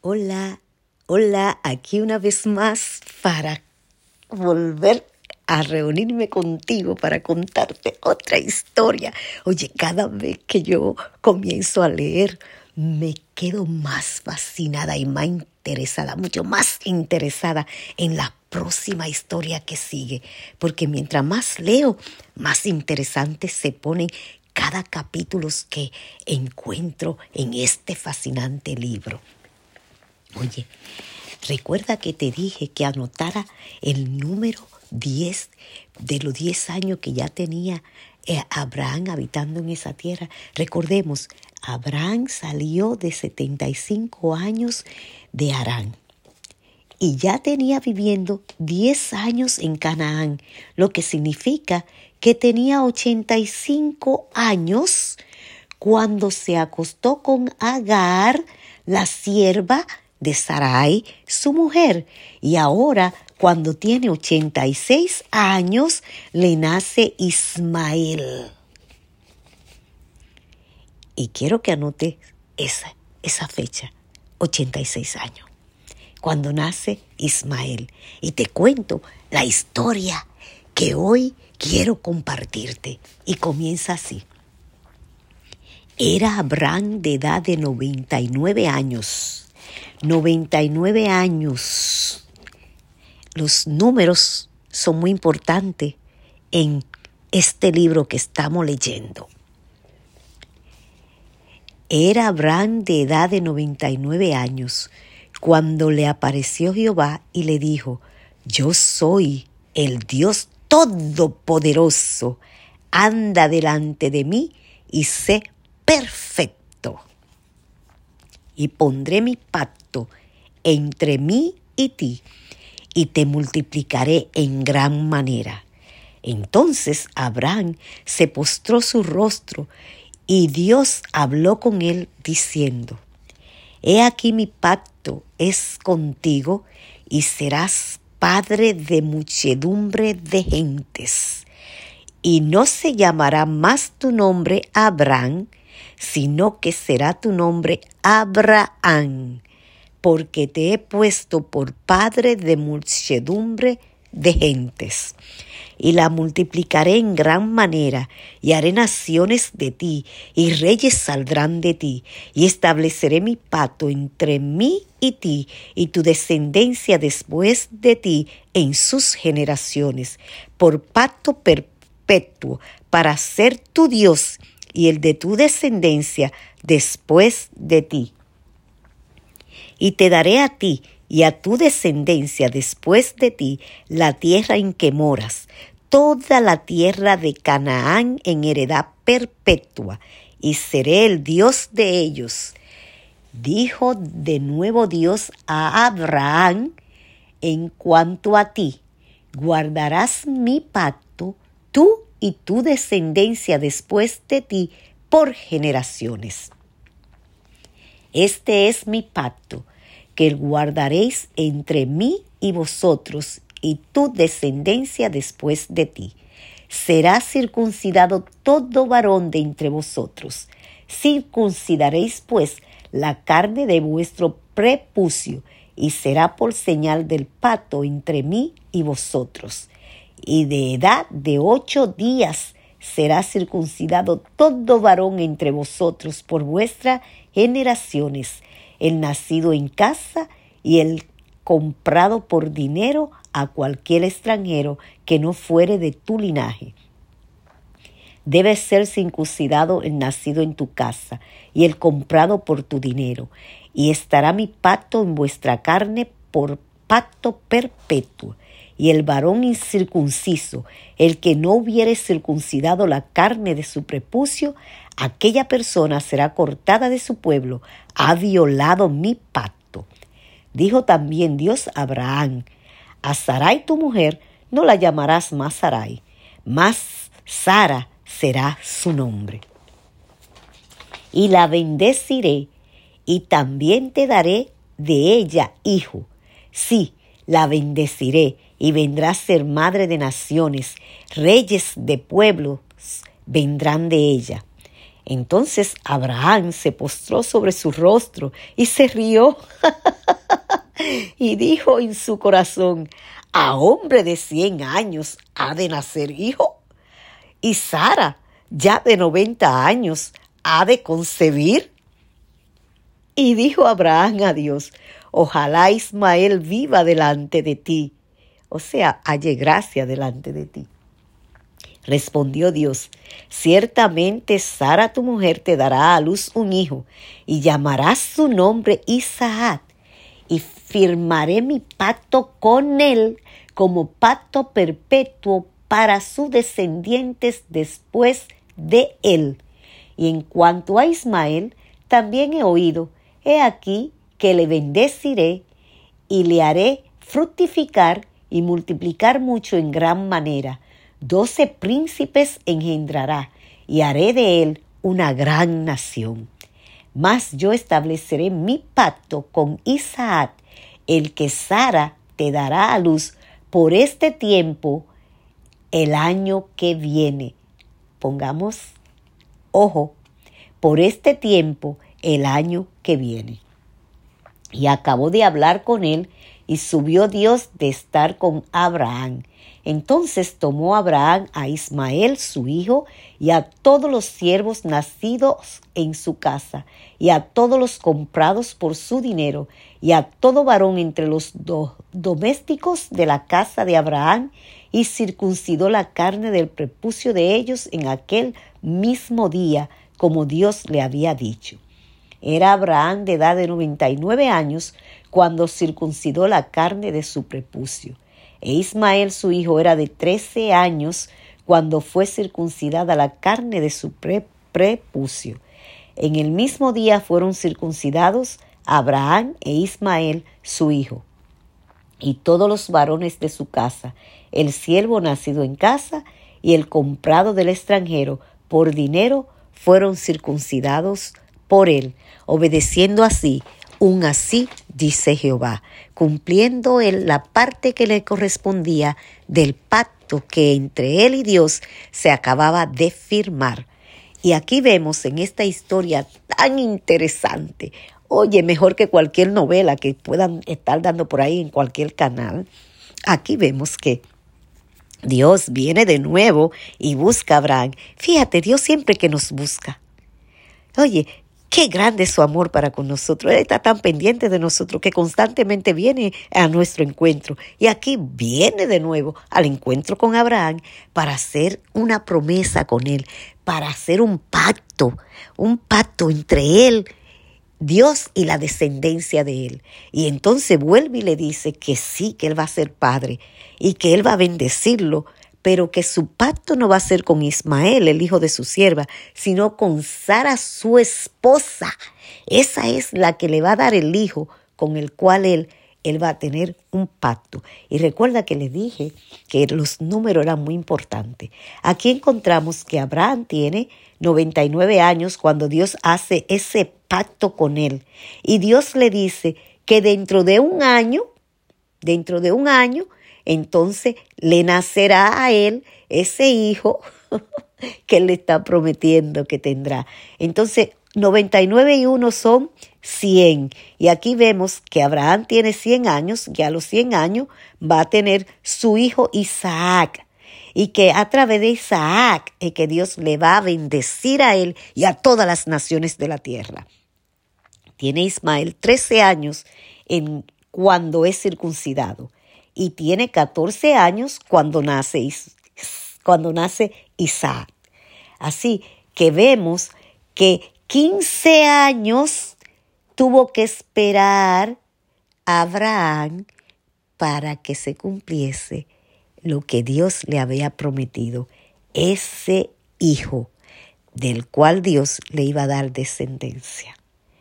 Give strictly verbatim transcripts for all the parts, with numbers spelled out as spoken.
Hola, hola, aquí una vez más para volver a reunirme contigo para contarte otra historia. Oye, cada vez que yo comienzo a leer, me quedo más fascinada y más interesada, mucho más interesada en la próxima historia que sigue. Porque mientras más leo, más interesantes se ponen cada capítulo que encuentro en este fascinante libro. Oye, recuerda que te dije que anotara el número diez de los diez años que ya tenía eh, Abraham habitando en esa tierra. Recordemos, Abraham salió de setenta y cinco años de Harán y ya tenía viviendo diez años en Canaán, lo que significa que tenía ochenta y cinco años cuando se acostó con Agar, la sierva de Sarai, su mujer, y ahora cuando tiene ochenta y seis años le nace Ismael. Y quiero que anote esa, esa fecha, ochenta y seis años, cuando nace Ismael. Y te cuento la historia que hoy quiero compartirte. Y comienza así. Era Abraham de edad de noventa y nueve años. noventa y nueve años. Los números son muy importantes en este libro que estamos leyendo. Era Abraham de edad de noventa y nueve años cuando le apareció Jehová y le dijo: Yo soy el Dios Todopoderoso. Anda delante de mí y sé perfecto. Y pondré mi pacto entre mí y ti, y te multiplicaré en gran manera. Entonces Abraham se postró su rostro, y Dios habló con él diciendo: He aquí mi pacto es contigo, y serás padre de muchedumbre de gentes. Y no se llamará más tu nombre Abraham, sino que será tu nombre Abraham, porque te he puesto por padre de muchedumbre de gentes. Y la multiplicaré en gran manera, y haré naciones de ti, y reyes saldrán de ti, y estableceré mi pacto entre mí y ti, y tu descendencia después de ti en sus generaciones, por pacto perpetuo, para ser tu Dios y el de tu descendencia después de ti. Y te daré a ti y a tu descendencia después de ti la tierra en que moras, toda la tierra de Canaán en heredad perpetua, y seré el Dios de ellos. Dijo de nuevo Dios a Abraham: En cuanto a ti, guardarás mi pacto, tú y tu descendencia después de ti por generaciones. Este es mi pacto, que guardaréis entre mí y vosotros y tu descendencia después de ti. Será circuncidado todo varón de entre vosotros. Circuncidaréis pues la carne de vuestro prepucio, y será por señal del pacto entre mí y vosotros. Y de edad de ocho días será circuncidado todo varón entre vosotros por vuestras generaciones, el nacido en casa y el comprado por dinero a cualquier extranjero que no fuere de tu linaje. Debe ser circuncidado el nacido en tu casa y el comprado por tu dinero, y estará mi pacto en vuestra carne por pacto perpetuo. Y el varón incircunciso, el que no hubiere circuncidado la carne de su prepucio, aquella persona será cortada de su pueblo, ha violado mi pacto. Dijo también Dios a Abraham: A Sarai tu mujer no la llamarás más Sarai, mas Sara será su nombre. Y la bendeciré, y también te daré de ella hijo. Sí, la bendeciré, y vendrá a ser madre de naciones, reyes de pueblos vendrán de ella. Entonces Abraham se postró sobre su rostro y se rió y dijo en su corazón: ¿a hombre de cien años ha de nacer hijo? ¿Y Sara, ya de noventa años, ha de concebir? Y dijo Abraham a Dios: ojalá Ismael viva delante de ti, o sea, halle gracia delante de ti. Respondió Dios: ciertamente Sara tu mujer te dará a luz un hijo, y llamarás su nombre Isaac, y firmaré mi pacto con él como pacto perpetuo para sus descendientes después de él. Y en cuanto a Ismael, también he oído, he aquí que le bendeciré y le haré fructificar y multiplicar mucho en gran manera. Doce príncipes engendrará y haré de él una gran nación. Mas yo estableceré mi pacto con Isaac, el que Sara te dará a luz por este tiempo, el año que viene. Pongamos ojo, por este tiempo, el año que viene. Y acabó de hablar con él, y subió Dios de estar con Abraham. Entonces tomó Abraham a Ismael su hijo, y a todos los siervos nacidos en su casa, y a todos los comprados por su dinero, y a todo varón entre los do- domésticos de la casa de Abraham, y circuncidó la carne del prepucio de ellos en aquel mismo día, como Dios le había dicho. Era Abraham de edad de noventa y nueve años cuando circuncidó la carne de su prepucio. E Ismael su hijo era de trece años cuando fue circuncidada la carne de su pre- prepucio. En el mismo día fueron circuncidados Abraham e Ismael su hijo, y todos los varones de su casa, el siervo nacido en casa y el comprado del extranjero por dinero, fueron circuncidados por él, obedeciendo así un así dice Jehová, cumpliendo él la parte que le correspondía del pacto que entre él y Dios se acababa de firmar. Y aquí vemos en esta historia tan interesante, oye, mejor que cualquier novela que puedan estar dando por ahí en cualquier canal, aquí vemos que Dios viene de nuevo y busca a Abraham. Fíjate, Dios siempre que nos busca. Oye, qué grande es su amor para con nosotros. Él está tan pendiente de nosotros que constantemente viene a nuestro encuentro. Y aquí viene de nuevo al encuentro con Abraham para hacer una promesa con él, para hacer un pacto, un pacto entre él, Dios y la descendencia de él. Y entonces vuelve y le dice que sí, que él va a ser padre y que él va a bendecirlo, pero que su pacto no va a ser con Ismael, el hijo de su sierva, sino con Sara, su esposa. Esa es la que le va a dar el hijo con el cual él, él va a tener un pacto. Y recuerda que le dije que los números eran muy importantes. Aquí encontramos que Abraham tiene noventa y nueve años cuando Dios hace ese pacto con él. Y Dios le dice que dentro de un año, dentro de un año, entonces le nacerá a él ese hijo que él le está prometiendo que tendrá. Entonces, noventa y nueve y uno son cien. Y aquí vemos que Abraham tiene cien años, y a los cien años va a tener su hijo Isaac. Y que a través de Isaac es que Dios le va a bendecir a él y a todas las naciones de la tierra. Tiene Ismael trece años en, cuando es circuncidado. Y tiene catorce años cuando nace, cuando nace Isaac. Así que vemos que quince años tuvo que esperar Abraham para que se cumpliese lo que Dios le había prometido, ese hijo del cual Dios le iba a dar descendencia.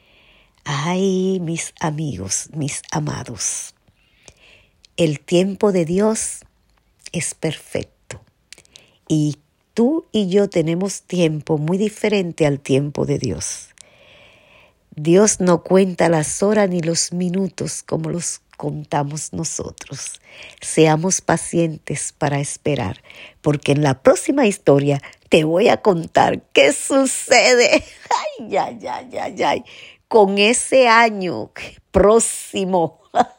Ay, mis amigos, mis amados, el tiempo de Dios es perfecto y tú y yo tenemos tiempo muy diferente al tiempo de Dios. Dios no cuenta las horas ni los minutos como los contamos nosotros. Seamos pacientes para esperar, porque en la próxima historia te voy a contar qué sucede. Ay, ay, ay, ay, ay, con ese año próximo.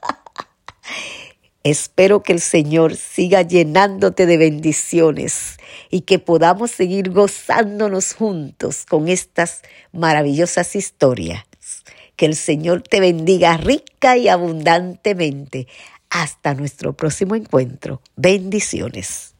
Espero que el Señor siga llenándote de bendiciones y que podamos seguir gozándonos juntos con estas maravillosas historias. Que el Señor te bendiga rica y abundantemente. Hasta nuestro próximo encuentro. Bendiciones.